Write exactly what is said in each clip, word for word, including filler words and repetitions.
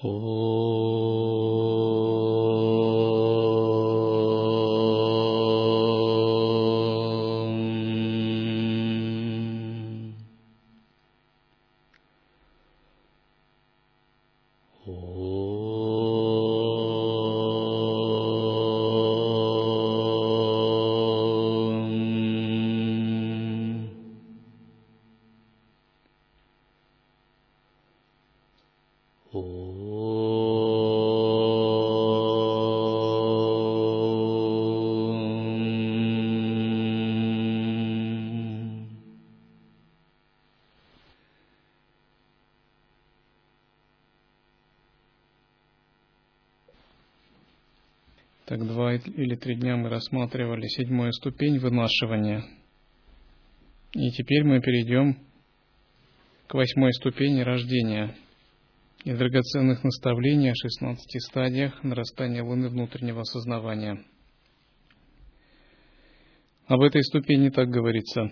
Так, два или три дня мы рассматривали седьмую ступень вынашивания. И теперь мы перейдем к восьмой ступени рождения и драгоценных наставлений о шестнадцати стадиях нарастания Луны внутреннего осознавания. Об этой ступени так говорится.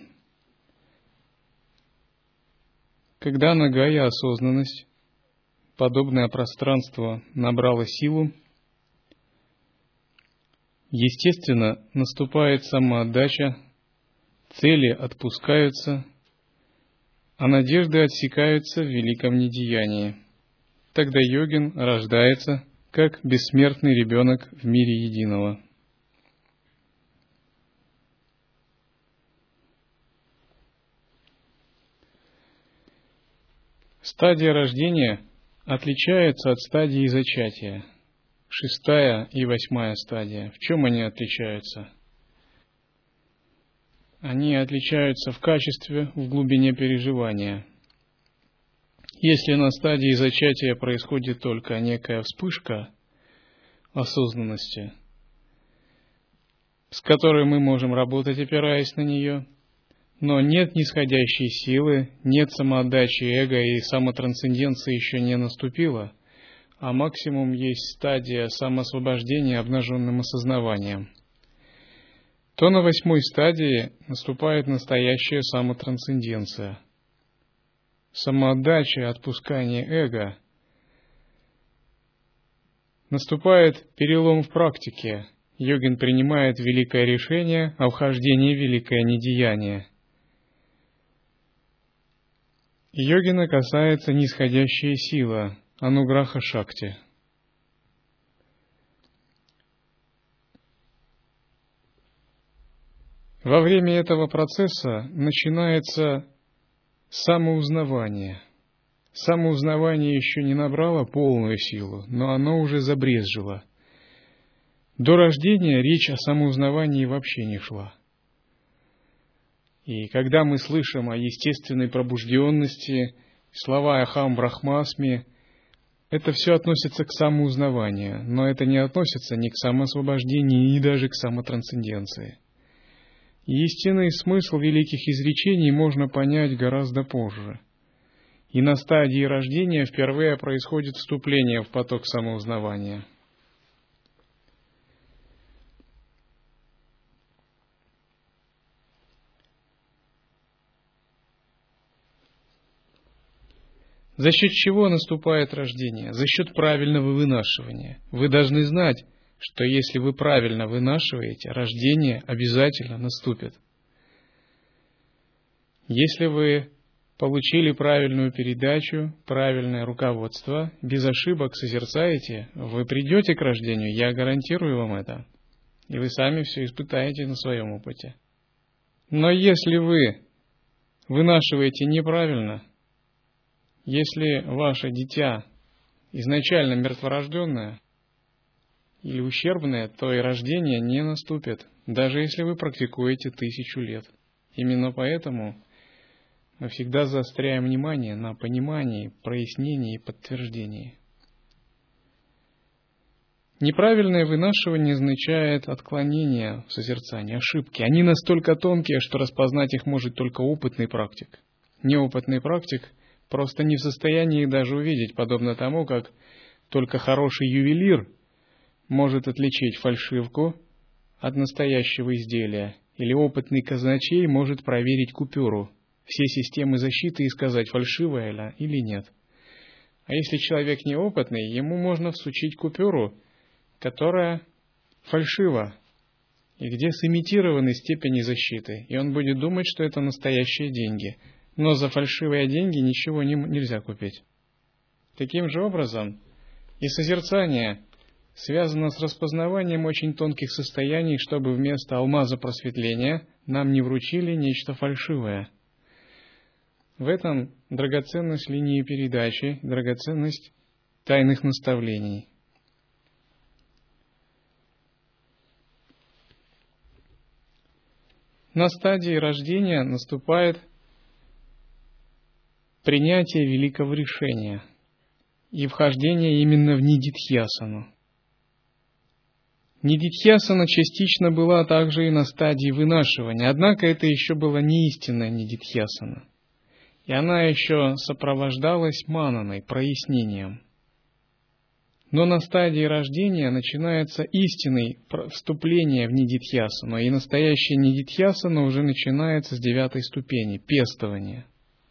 Когда нагая осознанность, подобное пространство набрало силу, естественно, наступает самоотдача, цели отпускаются, а надежды отсекаются в великом недеянии. Тогда йогин рождается как бессмертный ребенок в мире единого. Стадия рождения отличается от стадии зачатия. Шестая и восьмая стадия. В чем они отличаются? Они отличаются в качестве, в глубине переживания. Если на стадии зачатия происходит только некая вспышка осознанности, с которой мы можем работать, опираясь на нее, но нет нисходящей силы, нет самоотдачи эго и самотрансценденция еще не наступила, а максимум есть стадия самоосвобождения обнаженным осознаванием, то на восьмой стадии наступает настоящая самотрансценденция. Самоотдача, отпускание эго. Наступает перелом в практике. Йогин принимает великое решение о вхождении в великое недеяние. Йогина касается нисходящая сила, ануграха шакти. Во время этого процесса начинается самоузнавание. Самоузнавание еще не набрало полную силу, но оно уже забрезжило. До рождения речь о самоузнавании вообще не шла. И когда мы слышим о естественной пробужденности, слова «Ахам Брахмасми», это все относится к самоузнаванию, но это не относится ни к самоосвобождению, ни даже к самотрансценденции. Истинный смысл великих изречений можно понять гораздо позже. И на стадии рождения впервые происходит вступление в поток самоузнавания. За счет чего наступает рождение? За счет правильного вынашивания. Вы должны знать, что если вы правильно вынашиваете, рождение обязательно наступит. Если вы получили правильную передачу, правильное руководство, без ошибок созерцаете, вы придете к рождению, я гарантирую вам это. И вы сами все испытаете на своем опыте. Но если вы вынашиваете неправильно, если ваше дитя изначально мертворожденное или ущербное, то и рождение не наступит, даже если вы практикуете тысячу лет. Именно поэтому мы всегда заостряем внимание на понимании, прояснении и подтверждении. Неправильное вынашивание означает отклонение в созерцании, ошибки. Они настолько тонкие, что распознать их может только опытный практик. Неопытный практик просто не в состоянии даже увидеть, подобно тому, как только хороший ювелир может отличить фальшивку от настоящего изделия, или опытный казначей может проверить купюру, все системы защиты и сказать, фальшивая она или нет. А если человек неопытный, ему можно всучить купюру, которая фальшива, и где сымитированы степени защиты, и он будет думать, что это настоящие деньги. Но за фальшивые деньги ничего не, нельзя купить. Таким же образом, и созерцание связано с распознаванием очень тонких состояний, чтобы вместо алмаза просветления нам не вручили нечто фальшивое. В этом драгоценность линии передачи, драгоценность тайных наставлений. На стадии рождения наступает принятие великого решения и вхождение именно в нидидхьясану. Нидидхьясана частично была также и на стадии вынашивания, однако это еще была не истинная нидидхьясана, и она еще сопровождалась мананой, прояснением. Но на стадии рождения начинается истинное вступление в нидидхьясану, и настоящая нидидхьясана уже начинается с девятой ступени, пестования.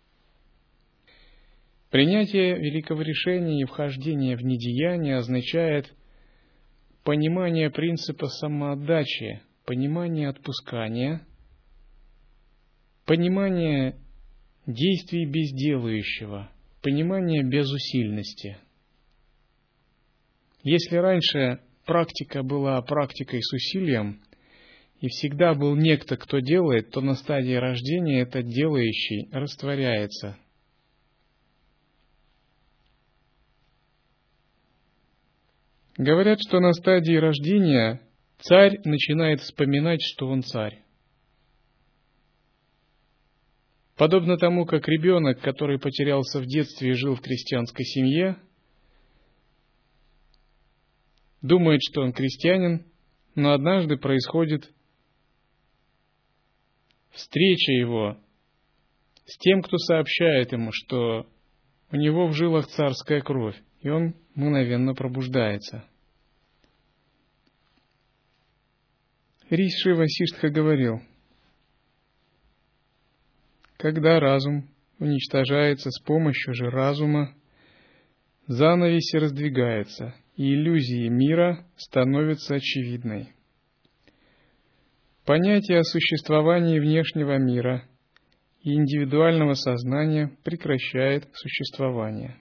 Принятие великого решения и вхождение в нидеяние означает понимание принципа самоотдачи, понимание отпускания, понимание действий безделающего, понимание безусильности. Если раньше практика была практикой с усилием, и всегда был некто, кто делает, то на стадии рождения этот делающий растворяется. Говорят, что на стадии рождения царь начинает вспоминать, что он царь. Подобно тому, как ребенок, который потерялся в детстве и жил в крестьянской семье, думает, что он крестьянин, но однажды происходит встреча его с тем, кто сообщает ему, что у него в жилах царская кровь, и он мгновенно пробуждается. Риши Васиштха говорил: когда разум уничтожается с помощью же разума, занавеси раздвигаются, и иллюзии мира становятся очевидной. Понятие о существовании внешнего мира и индивидуального сознания прекращает существование.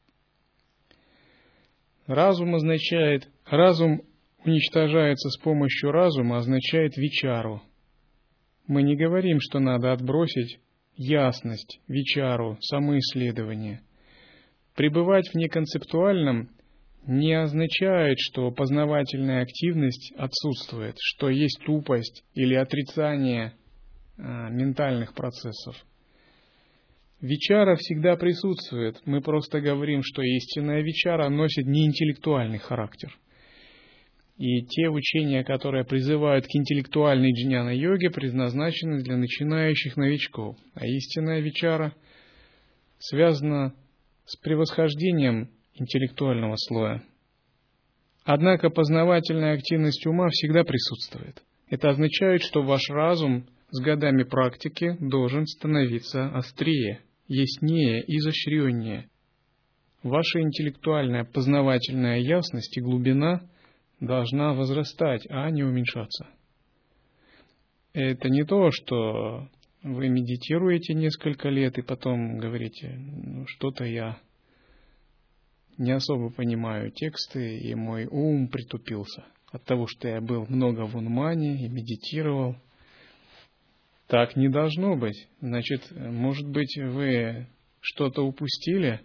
Разум означает, разум уничтожается с помощью разума, означает вичару. Мы не говорим, что надо отбросить ясность, вичару, самоисследование. Пребывать в неконцептуальном не означает, что познавательная активность отсутствует, что есть тупость или отрицание а, ментальных процессов. Вичара всегда присутствует. Мы просто говорим, что истинная вичара носит не интеллектуальный характер. И те учения, которые призывают к интеллектуальной джняна-йоге, предназначены для начинающих новичков. А истинная вичара связана с превосхождением интеллектуального слоя. Однако познавательная активность ума всегда присутствует. Это означает, что ваш разум с годами практики должен становиться острее, яснее, изощреннее. Ваша интеллектуальная познавательная ясность и глубина должна возрастать, а не уменьшаться. Это не то, что вы медитируете несколько лет и потом говорите: ну, что-то я не особо понимаю тексты, и мой ум притупился от того, что я был много в унмане и медитировал. Так не должно быть. Значит, может быть, вы что-то упустили?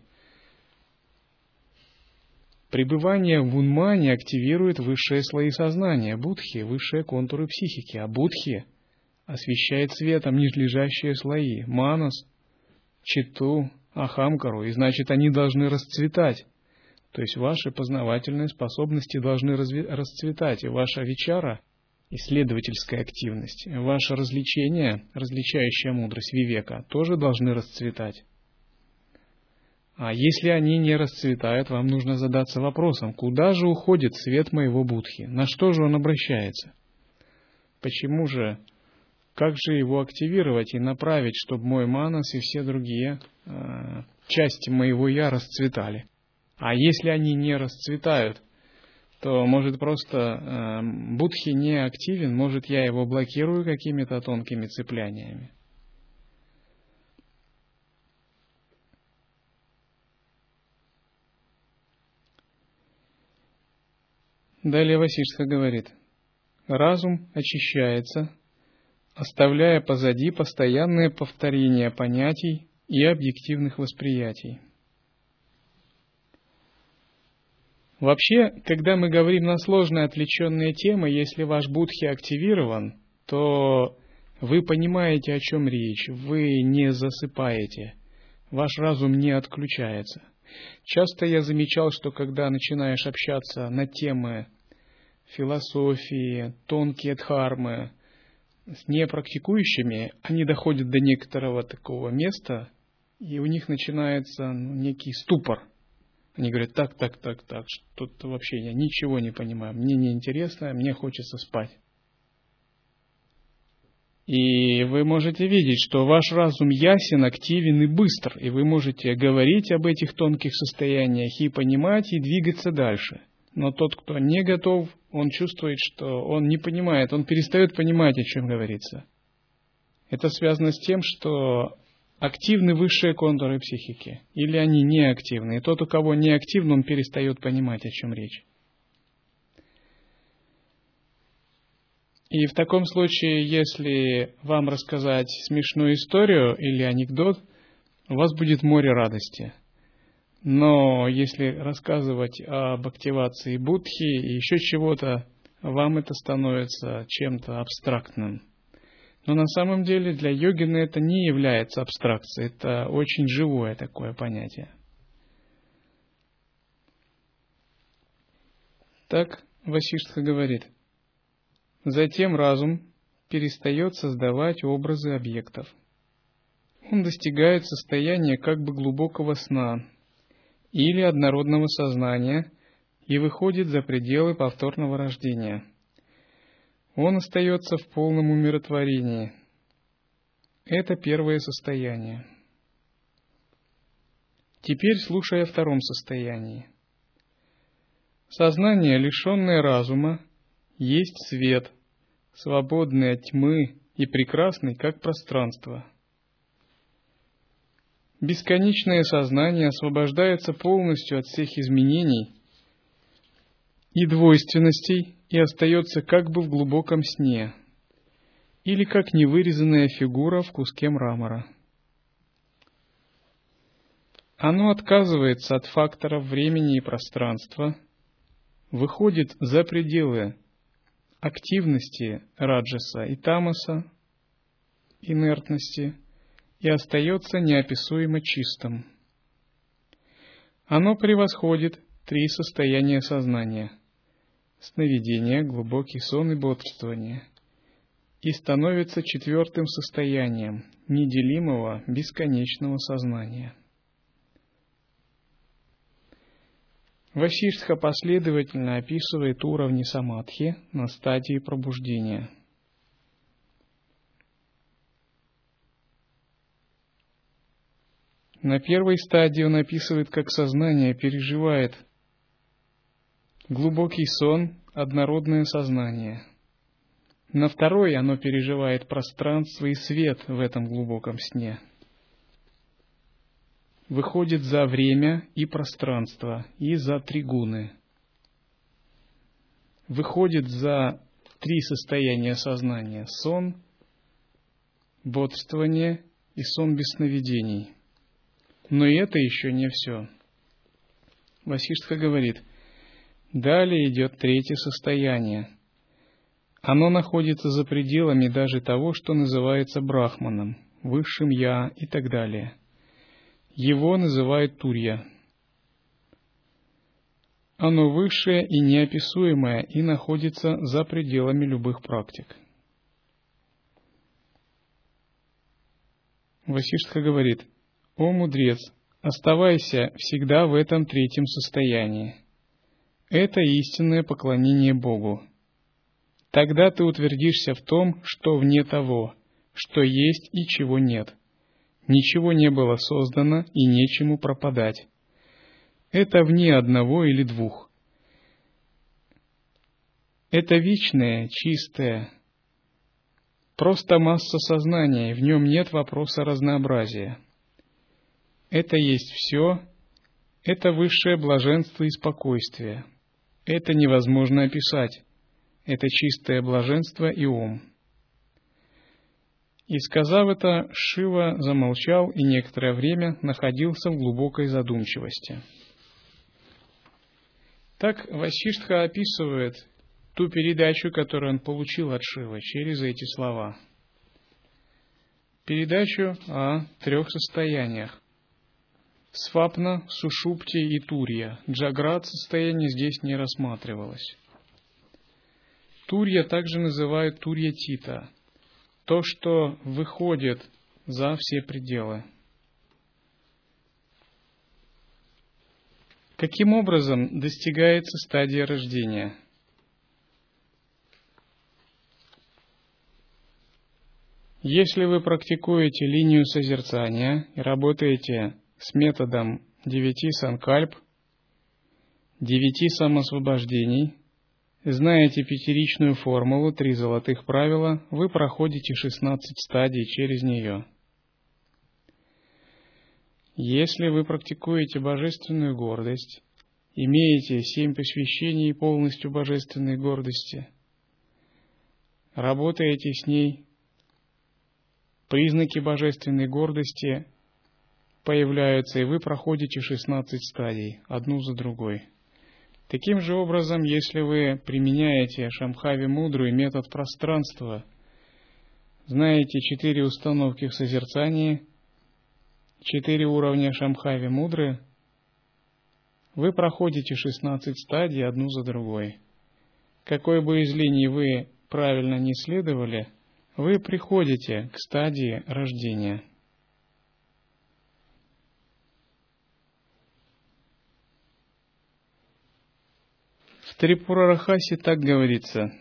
Пребывание в унмане активирует высшие слои сознания, будхи, высшие контуры психики, а будхи освещает светом нижележащие слои, манас, читту, ахамкару, и значит, они должны расцветать. То есть ваши познавательные способности должны разви- расцветать, и ваша вичара, исследовательская активность, ваше развлечение, различающая мудрость вивека, тоже должны расцветать. А если они не расцветают, вам нужно задаться вопросом: куда же уходит свет моего будхи? На что же он обращается? Почему же? Как же его активировать и направить, чтобы мой манас и все другие э, части моего я расцветали? А если они не расцветают, то, может, просто э, Будхи не активен, может, я его блокирую какими-то тонкими цепляниями. Далее Васиштха говорит: разум очищается, оставляя позади постоянное повторение понятий и объективных восприятий. Вообще, когда мы говорим на сложные отвлеченные темы, если ваш Будхи активирован, то вы понимаете, о чем речь, вы не засыпаете, ваш разум не отключается. Часто я замечал, что когда начинаешь общаться на темы философии, тонкие дхармы с непрактикующими, они доходят до некоторого такого места, и у них начинается ну, некий ступор. Они говорят: так, так, так, так, что-то вообще я ничего не понимаю, мне неинтересно, мне хочется спать. И вы можете видеть, что ваш разум ясен, активен и быстр, и вы можете говорить об этих тонких состояниях и понимать, и двигаться дальше. Но тот, кто не готов, он чувствует, что он не понимает, он перестает понимать, о чем говорится. Это связано с тем, что активны высшие контуры психики, или они неактивны. И тот, у кого неактивно, он перестает понимать, о чем речь. И в таком случае, если вам рассказать смешную историю или анекдот, у вас будет море радости. Но если рассказывать об активации Будхи и еще чего-то, вам это становится чем-то абстрактным. Но на самом деле для йогина это не является абстракцией, это очень живое такое понятие. Так Васиштха говорит: затем разум перестает создавать образы объектов. Он достигает состояния как бы глубокого сна или однородного сознания и выходит за пределы повторного рождения. Он остается в полном умиротворении. Это первое состояние. Теперь слушай о втором состоянии. Сознание, лишенное разума, есть свет, свободный от тьмы и прекрасный, как пространство. Бесконечное сознание освобождается полностью от всех изменений и двойственностей и остается как бы в глубоком сне, или как невырезанная фигура в куске мрамора. Оно отказывается от факторов времени и пространства, выходит за пределы активности раджаса и тамаса, инертности, и остается неописуемо чистым. Оно превосходит три состояния сознания: сновидение, глубокий сон и бодрствование, и становится четвертым состоянием неделимого бесконечного сознания. Васиштха последовательно описывает уровни самадхи на стадии пробуждения. На первой стадии он описывает, как сознание переживает глубокий сон, однородное сознание. На второй оно переживает пространство и свет в этом глубоком сне. Выходит за время и пространство, и за тригуны. Выходит за три состояния сознания: сон, бодрствование и сон без сновидений. Но и это еще не все. Васиштха говорит: далее идет третье состояние. Оно находится за пределами даже того, что называется брахманом, высшим я и так далее. Его называют турья. Оно высшее и неописуемое и находится за пределами любых практик. Васиштха говорит: «О мудрец, оставайся всегда в этом третьем состоянии. Это истинное поклонение Богу. Тогда ты утвердишься в том, что вне того, что есть и чего нет. Ничего не было создано и нечему пропадать. Это вне одного или двух. Это вечное, чистое, просто масса сознания, и в нем нет вопроса разнообразия. Это есть все, это высшее блаженство и спокойствие. Это невозможно описать. Это чистое блаженство и ум. И сказав это, Шива замолчал и некоторое время находился в глубокой задумчивости. Так Васиштха описывает ту передачу, которую он получил от Шивы через эти слова. Передачу о трех состояниях. Свапна, Сушупти и Турья. Джаграт состояние здесь не рассматривалось. Турья также называют Турья-тита. То, что выходит за все пределы. Каким образом достигается стадия рождения? Если вы практикуете линию созерцания и работаете с методом девяти санкальп, девяти самосвобождений, знаете пятеричную формулу, три золотых правила, вы проходите шестнадцать стадий через нее. Если вы практикуете божественную гордость, имеете семь посвящений полностью божественной гордости, работаете с ней, признаки божественной гордости появляются, и вы проходите шестнадцать стадий, одну за другой. Таким же образом, если вы применяете Шамбхави Мудру и метод пространства, знаете четыре установки в созерцании, четыре уровня Шамбхави Мудры, вы проходите шестнадцать стадий одну за другой. Какой бы из линий вы правильно не следовали, вы приходите к стадии рождения. В Трипура-Рахасе так говорится: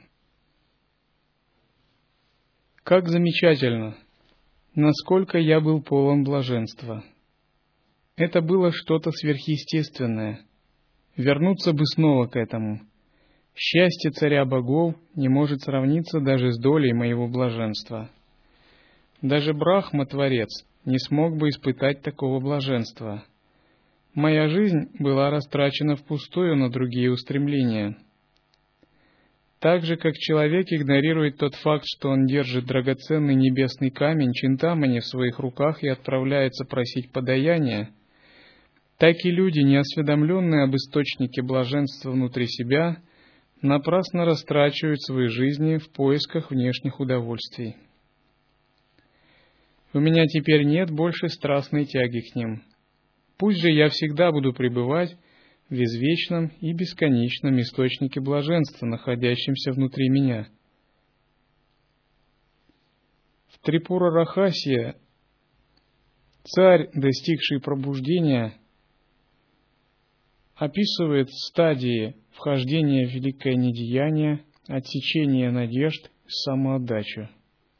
«Как замечательно, насколько я был полон блаженства! Это было что-то сверхъестественное. Вернуться бы снова к этому. Счастье царя богов не может сравниться даже с долей моего блаженства. Даже Брахма, Творец, не смог бы испытать такого блаженства. Моя жизнь была растрачена впустую на другие устремления. Так же, как человек игнорирует тот факт, что он держит драгоценный небесный камень Чинтамани в своих руках и отправляется просить подаяния, так и люди, неосведомленные об источнике блаженства внутри себя, напрасно растрачивают свои жизни в поисках внешних удовольствий. У меня теперь нет больше страстной тяги к ним. Пусть же я всегда буду пребывать в извечном и бесконечном источнике блаженства, находящемся внутри меня». В Трипура-Рахасе царь, достигший пробуждения, описывает стадии вхождения в великое недеяние, отсечения надежд, самоотдачу.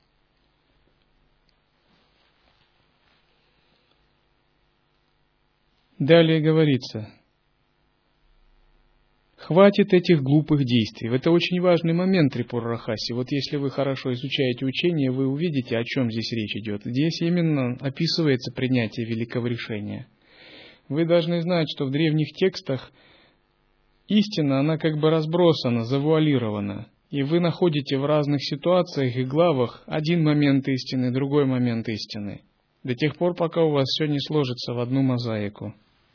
Далее говорится: «Хватит этих глупых действий». Это очень важный момент Трипура-Рахаси. Вот если вы хорошо изучаете учение, вы увидите, о чем здесь речь идет. Здесь именно описывается принятие великого решения. Вы должны знать, что в древних текстах истина, она как бы разбросана, завуалирована. И вы находите в разных ситуациях и главах один момент истины, другой момент истины. До тех пор, пока у вас все не сложится в одну мозаику.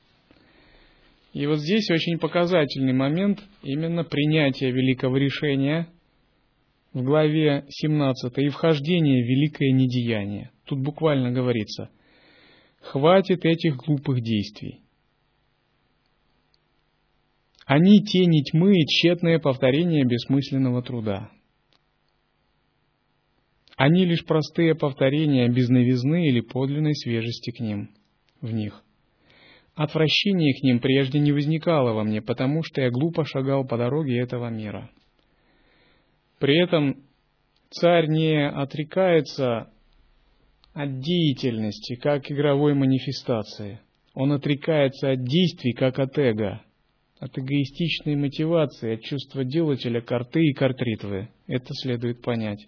И вот здесь очень показательный момент именно принятия великого решения в главе семнадцатой и вхождение в великое недеяние. Тут буквально говорится: «Хватит этих глупых действий. Они тени тьмы и тщетное повторение бессмысленного труда. Они лишь простые повторения без новизны или подлинной свежести к ним, в них. Отвращение к ним прежде не возникало во мне, потому что я глупо шагал по дороге этого мира». При этом царь не отрекается от деятельности, как игровой манифестации. Он отрекается от действий, как от эго, от эгоистичной мотивации, от чувства делателя карты и картритвы. Это следует понять.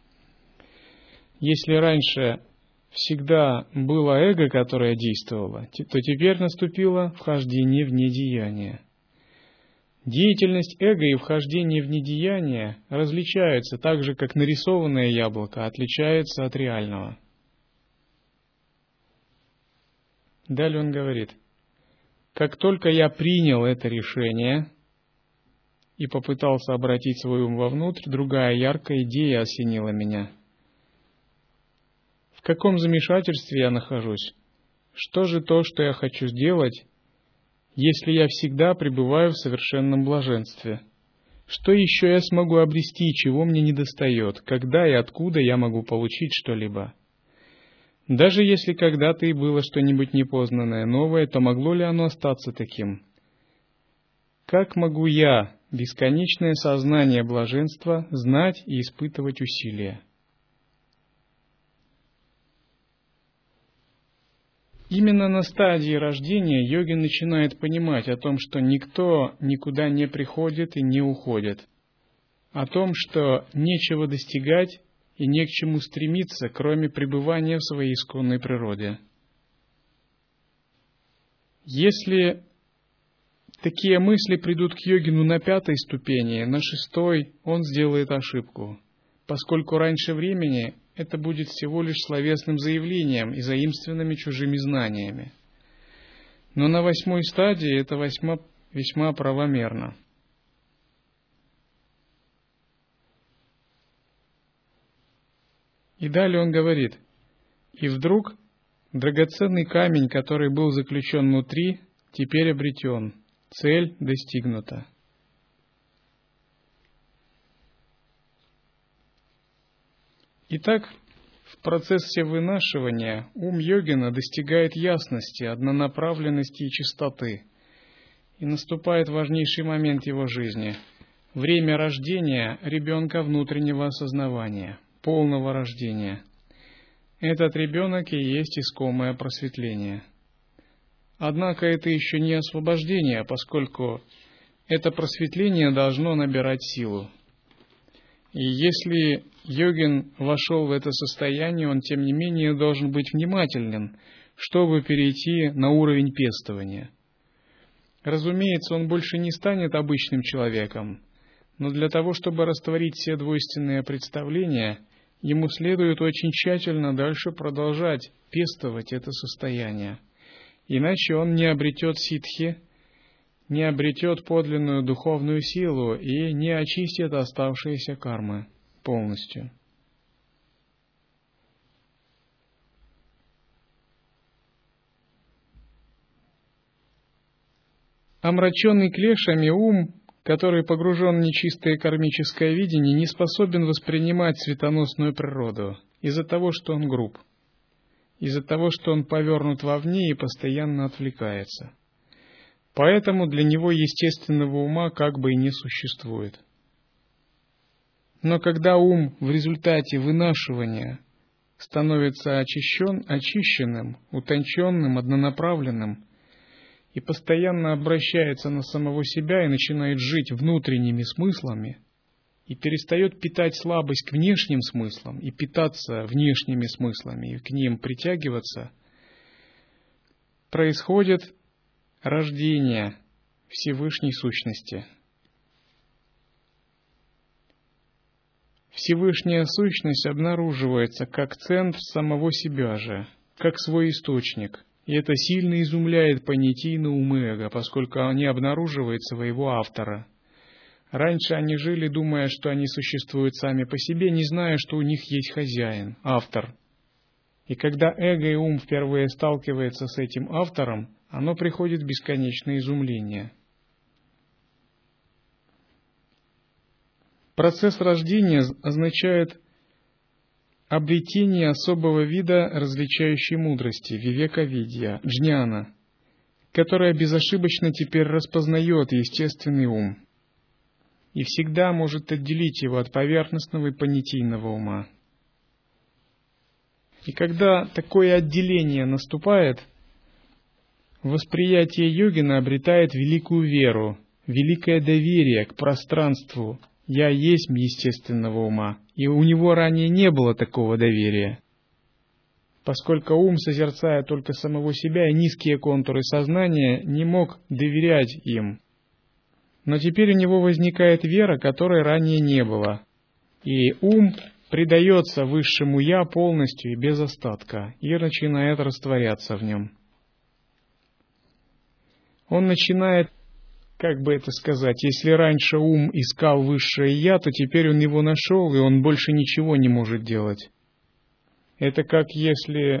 Если раньше всегда было эго, которое действовало, то теперь наступило вхождение в недеяние. Деятельность эго и вхождение в недеяние различаются так же, как нарисованное яблоко отличается от реального. Далее он говорит: как только я принял это решение и попытался обратить свой ум вовнутрь, другая яркая идея осенила меня. В каком замешательстве я нахожусь? Что же то, что я хочу сделать, если я всегда пребываю в совершенном блаженстве? Что еще я смогу обрести, чего мне недостает? Когда и откуда я могу получить что-либо? Даже если когда-то и было что-нибудь непознанное, новое, то могло ли оно остаться таким? Как могу я, бесконечное сознание блаженства, знать и испытывать усилия? Именно на стадии рождения йогин начинает понимать о том, что никто никуда не приходит и не уходит, о том, что нечего достигать и не к чему стремиться, кроме пребывания в своей исконной природе. Если такие мысли придут к йогину на пятой ступени, на шестой он сделает ошибку, поскольку раньше времени это будет всего лишь словесным заявлением и заимствованными чужими знаниями. Но на восьмой стадии это весьма, весьма правомерно. И далее он говорит: «И вдруг драгоценный камень, который был заключен внутри, теперь обретен, цель достигнута». Итак, в процессе вынашивания ум йогина достигает ясности, однонаправленности и чистоты, и наступает важнейший момент его жизни – время рождения ребенка внутреннего осознавания, полного рождения. Этот ребенок и есть искомое просветление. Однако это еще не освобождение, поскольку это просветление должно набирать силу. И если йогин вошел в это состояние, он, тем не менее, должен быть внимателен, чтобы перейти на уровень пестования. Разумеется, он больше не станет обычным человеком, но для того, чтобы растворить все двойственные представления, ему следует очень тщательно дальше продолжать пестовать это состояние. Иначе он не обретет ситхи, не обретет подлинную духовную силу и не очистит оставшиеся кармы полностью. Омраченный клешами ум, который погружен в нечистое кармическое видение, не способен воспринимать светоносную природу из-за того, что он груб, из-за того, что он повернут вовне и постоянно отвлекается. Поэтому для него естественного ума как бы и не существует. Но когда ум в результате вынашивания становится очищен, очищенным, утонченным, однонаправленным и постоянно обращается на самого себя и начинает жить внутренними смыслами, и перестает питать слабость к внешним смыслам и питаться внешними смыслами и к ним притягиваться, происходит рождение Всевышней Сущности. Всевышняя Сущность обнаруживается как центр самого себя же, как свой источник. И это сильно изумляет понятийно умы эго, поскольку они обнаруживают своего автора. Раньше они жили, думая, что они существуют сами по себе, не зная, что у них есть хозяин, автор. И когда эго и ум впервые сталкиваются с этим автором, оно приходит в бесконечное изумление. Процесс рождения означает обретение особого вида различающей мудрости, вивека-видья, джняна, которая безошибочно теперь распознает естественный ум и всегда может отделить его от поверхностного и понятийного ума. И когда такое отделение наступает, Восприятие йогина обретает великую веру, великое доверие к пространству «Я есть» естественного ума, и у него ранее не было такого доверия. Поскольку ум, созерцая только самого себя и низкие контуры сознания, не мог доверять им. Но теперь у него возникает вера, которой ранее не было. И ум предается высшему «Я» полностью и без остатка, и начинает растворяться в нем. Он начинает, как бы это сказать, если раньше ум искал высшее «Я», то теперь он его нашел, и он больше ничего не может делать. Это как если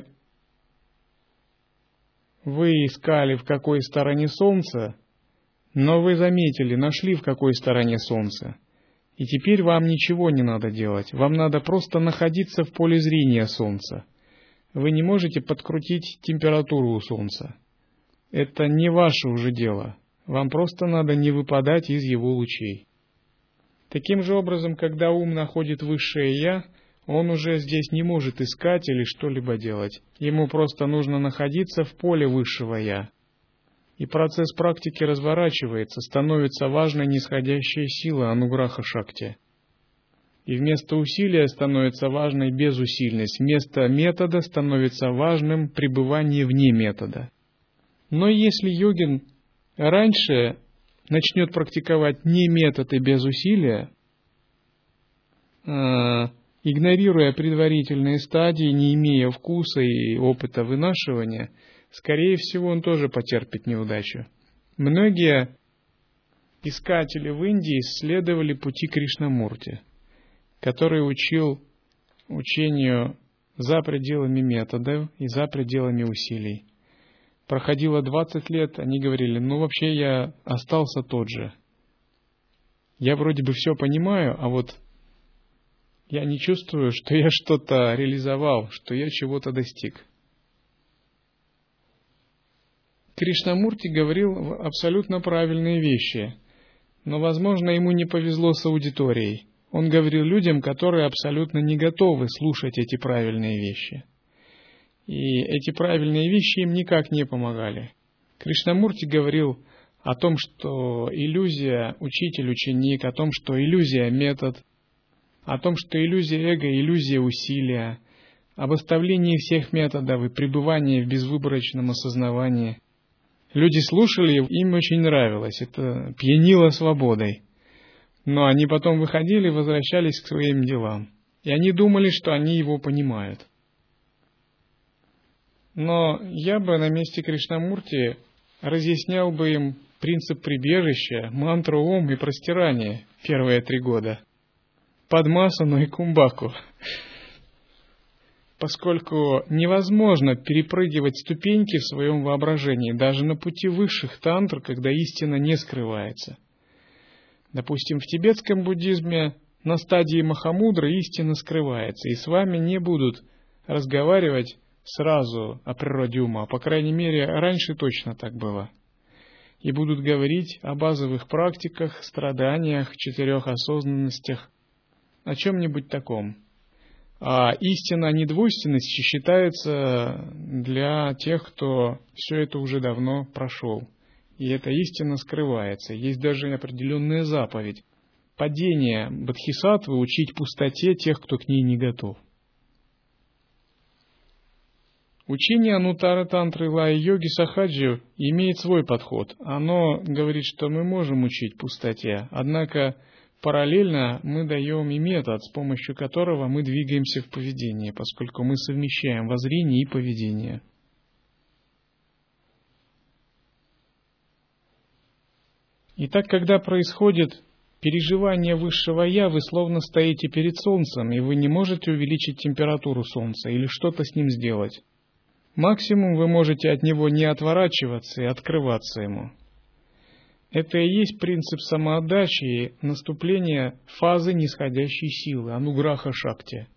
вы искали, в какой стороне солнца, но вы заметили, нашли, в какой стороне солнце. И теперь вам ничего не надо делать. Вам надо просто находиться в поле зрения солнца. Вы не можете подкрутить температуру у солнца. Это не ваше уже дело. Вам просто надо не выпадать из его лучей. Таким же образом, когда ум находит высшее «Я», он уже здесь не может искать или что-либо делать. Ему просто нужно находиться в поле высшего «Я». И процесс практики разворачивается, становится важной нисходящая сила ануграха шакти. И вместо усилия становится важной безусильность, вместо метода становится важным пребывание вне метода. Но если йогин раньше начнет практиковать не метод и без усилия, а игнорируя предварительные стадии, не имея вкуса и опыта вынашивания, скорее всего, он тоже потерпит неудачу. Многие искатели в Индии исследовали пути Кришнамурти, который учил учению за пределами методов и за пределами усилий. Проходило двадцать лет, они говорили, ну вообще я остался тот же. Я вроде бы все понимаю, а вот я не чувствую, что я что-то реализовал, что я чего-то достиг. Кришнамурти говорил абсолютно правильные вещи, но, возможно, ему не повезло с аудиторией. Он говорил людям, которые абсолютно не готовы слушать эти правильные вещи. И эти правильные вещи им никак не помогали. Кришнамурти говорил о том, что иллюзия учитель-ученик, о том, что иллюзия метод, о том, что иллюзия эго, иллюзия усилия, об оставлении всех методов и пребывании в безвыборочном осознавании. Люди слушали, им очень нравилось, это пьянило свободой. Но они потом выходили и возвращались к своим делам. И они думали, что они его понимают. Но я бы на месте Кришнамурти разъяснял бы им принцип прибежища, мантру Ом и простирания первые три года. Падмасану и Кумбаку. Поскольку невозможно перепрыгивать ступеньки в своем воображении, даже на пути высших тантр, когда истина не скрывается. Допустим, в тибетском буддизме на стадии Махамудры истина скрывается, и с вами не будут разговаривать сразу о природе ума. По крайней мере, раньше точно так было. И будут говорить о базовых практиках, страданиях, четырех осознанностях, о чем-нибудь таком. А истина недвойственности считается для тех, кто все это уже давно прошел. И эта истина скрывается. Есть даже определенная заповедь. Падение бодхисаттвы учить пустоте тех, кто к ней не готов. Учение Анутара Тантры Лая Йоги Сахаджи имеет свой подход. Оно говорит, что мы можем учить пустоте, однако параллельно мы даем и метод, с помощью которого мы двигаемся в поведении, поскольку мы совмещаем воззрение и поведение. Итак, когда происходит переживание высшего «Я», вы словно стоите перед Солнцем, и вы не можете увеличить температуру Солнца или что-то с ним сделать. Максимум вы можете от него не отворачиваться и открываться ему. Это и есть принцип самоотдачи и наступления фазы нисходящей силы, ануграха шакти.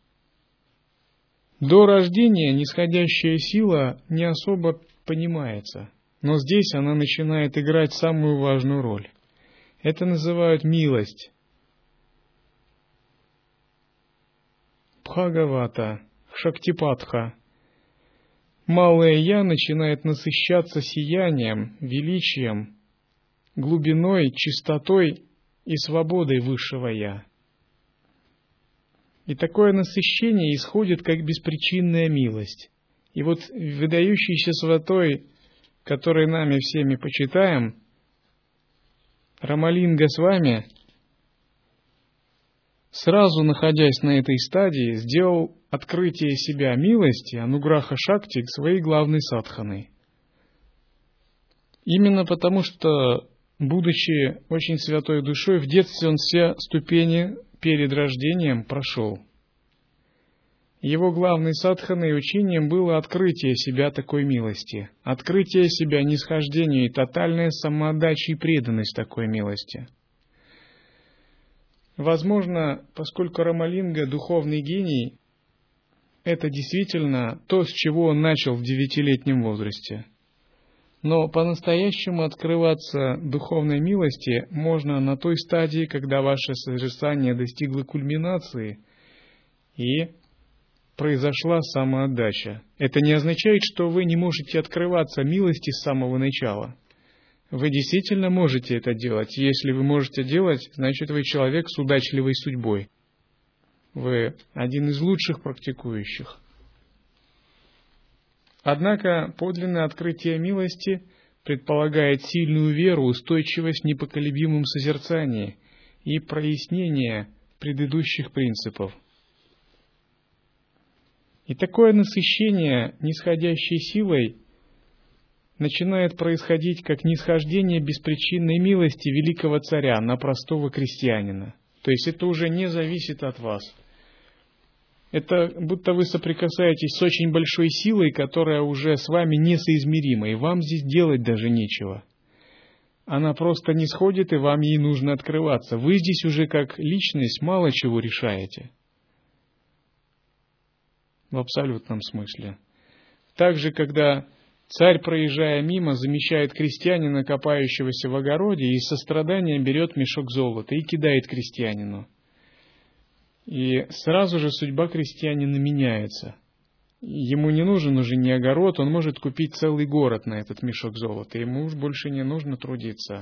До рождения нисходящая сила не особо понимается, но здесь она начинает играть самую важную роль. Это называют милость. Бхагавата, Шактипатха. малое «я» начинает насыщаться сиянием, величием, глубиной, чистотой и свободой высшего «я». И такое насыщение исходит как беспричинная милость. И вот выдающийся святой, который нами всеми почитаем, Рамалинга с вами, сразу находясь на этой стадии, сделал открытие себя милости, Ануграха Шакти, своей главной садханой. Именно потому, что, будучи очень святой душой, в детстве он все ступени перед рождением прошел. Его главной садханой и учением было открытие себя такой милости, открытие себя нисхождению и тотальная самоотдача и преданность такой милости. Возможно, поскольку Рамалинга — духовный гений, это действительно то, с чего он начал в девятилетнем возрасте. Но по-настоящему открываться духовной милости можно на той стадии, когда ваше созерцание достигло кульминации и произошла самоотдача. Это не означает, что вы не можете открываться милости с самого начала. Вы действительно можете это делать. Если вы можете делать, значит, вы человек с удачливой судьбой. Вы один из лучших практикующих. Однако подлинное открытие милости предполагает сильную веру, устойчивость в непоколебимом созерцании и прояснение предыдущих принципов. И такое насыщение нисходящей силой начинает происходить как нисхождение беспричинной милости великого царя на простого крестьянина. То есть это уже не зависит от вас. Это будто вы соприкасаетесь с очень большой силой, которая уже с вами несоизмерима, и вам здесь делать даже нечего. Она просто нисходит, и вам ей нужно открываться. Вы здесь уже как личность мало чего решаете. В абсолютном смысле. Также, когда царь, проезжая мимо, замечает крестьянина, копающегося в огороде, и из сострадания берет мешок золота и кидает крестьянину. И сразу же судьба крестьянина меняется. Ему не нужен уже не огород, он может купить целый город на этот мешок золота. Ему уж больше не нужно трудиться.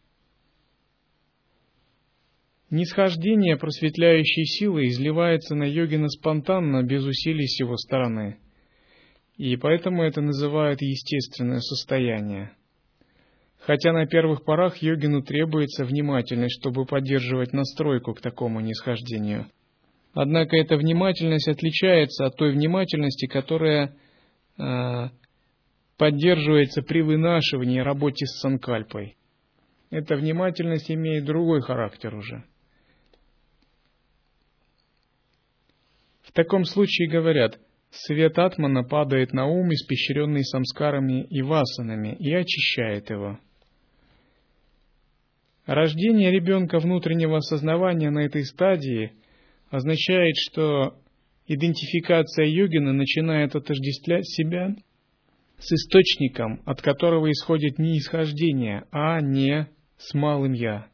Нисхождение просветляющей силы изливается на йогина спонтанно, без усилий с его стороны. И поэтому это называют естественное состояние. Хотя на первых порах йогину требуется внимательность, чтобы поддерживать настройку к такому нисхождению. Однако эта внимательность отличается от той внимательности, которая э, поддерживается при вынашивании и работе с санкальпой. Эта внимательность имеет другой характер уже. В таком случае говорят, свет атмана падает на ум, испещренный самскарами и васанами, и очищает его. Рождение ребенка внутреннего осознавания на этой стадии означает, что идентификация йогина начинает отождествлять себя с источником, от которого исходит не исхождение, а не с малым «я».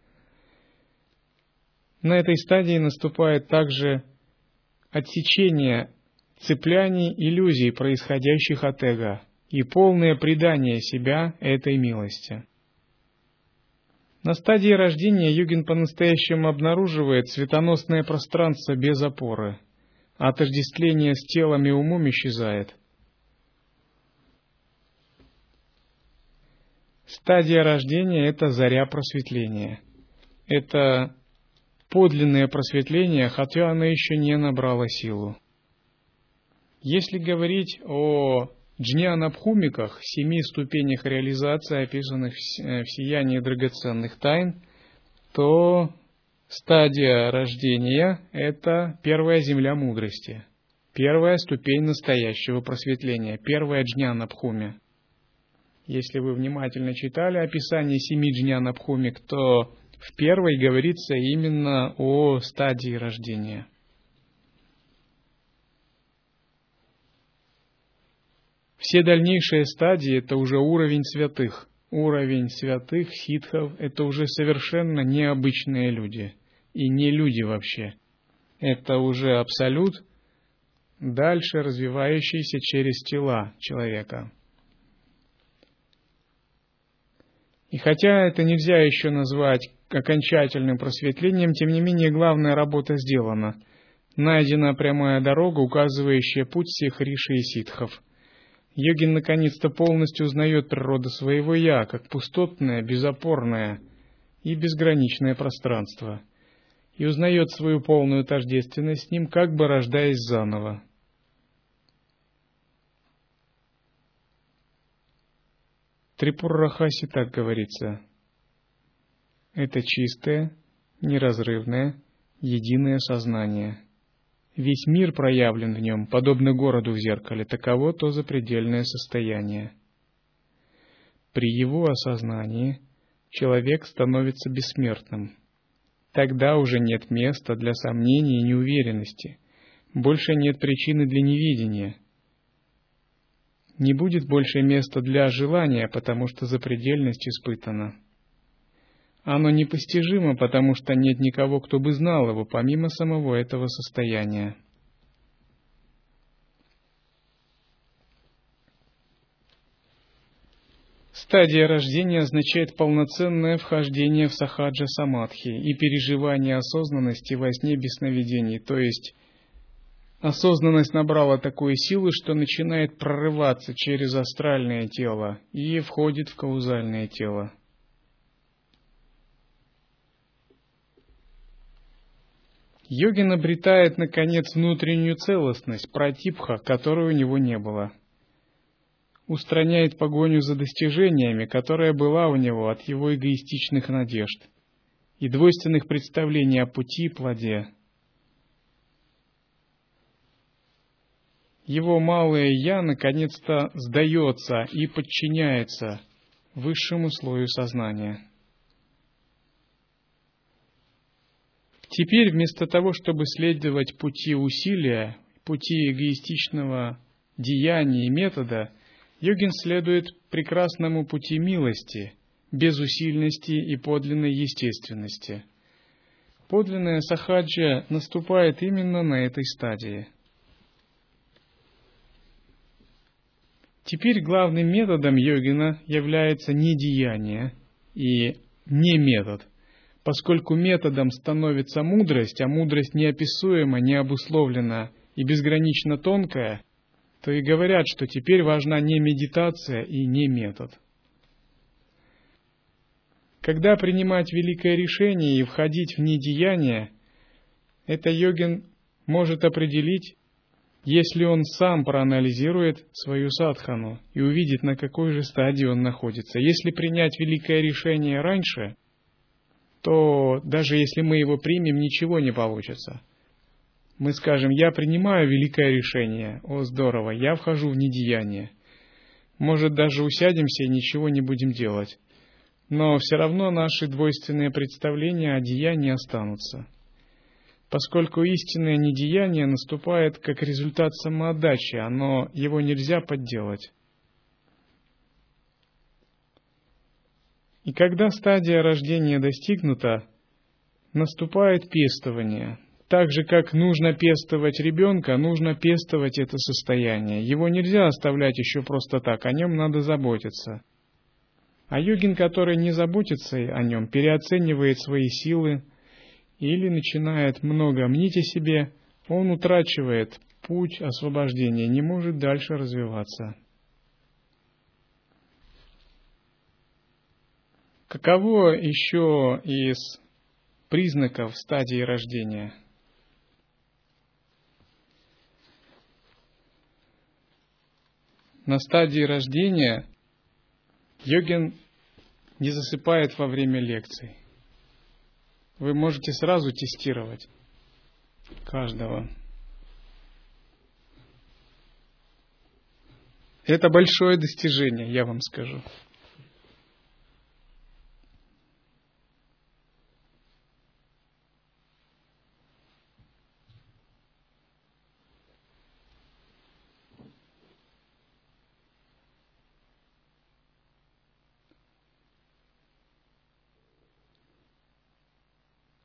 На этой стадии наступает также отсечение цепляний, иллюзий, происходящих от эго, и полное предание себя этой милости. На стадии рождения йогин по-настоящему обнаруживает светоносное пространство без опоры, а отождествление с телом и умом исчезает. Стадия рождения – это заря просветления. Это подлинное просветление, хотя оно еще не набрало силу. Если говорить о джняна-бхумиках, семи ступенях реализации, описанных в сиянии драгоценных тайн, то стадия рождения – это первая земля мудрости, первая ступень настоящего просветления, первая джняна-бхуми. Если вы внимательно читали описание семи джняна-бхумик, то в первой говорится именно о стадии рождения. Все дальнейшие стадии – это уже уровень святых. Уровень святых, ситхов – это уже совершенно необычные люди. И не люди вообще. Это уже абсолют, дальше развивающийся через тела человека. И хотя это нельзя еще назвать окончательным просветлением, тем не менее главная работа сделана. Найдена прямая дорога, указывающая путь всех риши и ситхов. Йогин наконец-то полностью узнает природу своего «я», как пустотное, безопорное и безграничное пространство, и узнает свою полную тождественность с ним, как бы рождаясь заново. Трипура-рахаси так говорится: это чистое, неразрывное, единое сознание. Весь мир проявлен в нем, подобно городу в зеркале, таково то запредельное состояние. При его осознании человек становится бессмертным. Тогда уже нет места для сомнений и неуверенности, больше нет причины для неведения. Не будет больше места для желания, потому что запредельность испытана. Оно непостижимо, потому что нет никого, кто бы знал его, помимо самого этого состояния. Стадия рождения означает полноценное вхождение в сахаджа-самадхи и переживание осознанности во сне без сновидений, то есть осознанность набрала такую силу, что начинает прорываться через астральное тело и входит в каузальное тело. Йогин обретает, наконец, внутреннюю целостность, пратипха, которой у него не было. Устраняет погоню за достижениями, которая была у него от его эгоистичных надежд и двойственных представлений о пути и плоде. Его малое «я» наконец-то сдается и подчиняется высшему слою сознания. Теперь вместо того, чтобы следовать пути усилия, пути эгоистичного деяния и метода, йогин следует прекрасному пути милости, безусильности и подлинной естественности. Подлинная сахаджа наступает именно на этой стадии. Теперь главным методом йогина является не деяние и не метод, поскольку методом становится мудрость, а мудрость неописуема, необусловлена и безгранично тонкая, то и говорят, что теперь важна не медитация и не метод. Когда принимать великое решение и входить в недеяние, это йогин может определить, если он сам проанализирует свою садхану и увидит, на какой же стадии он находится. Если принять великое решение раньше, то даже если мы его примем, ничего не получится. Мы скажем: я принимаю великое решение, о, здорово, я вхожу в недеяние. Может, даже усядемся и ничего не будем делать. Но все равно наши двойственные представления о деянии останутся. Поскольку истинное недеяние наступает как результат самоотдачи, оно, его нельзя подделать. И когда стадия рождения достигнута, наступает пестование. Так же, как нужно пестовать ребенка, нужно пестовать это состояние. Его нельзя оставлять еще просто так, о нем надо заботиться. А йогин, который не заботится о нем, переоценивает свои силы или начинает много мнить о себе, он утрачивает путь освобождения, не может дальше развиваться. Каково еще из признаков стадии рождения? На стадии рождения йогин не засыпает во время лекций. Вы можете сразу тестировать каждого. Это большое достижение, я вам скажу. О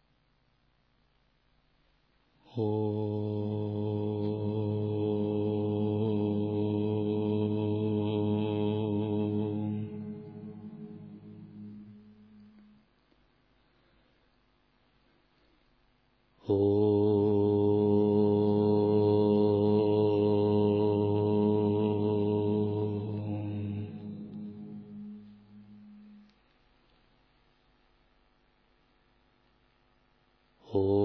Om.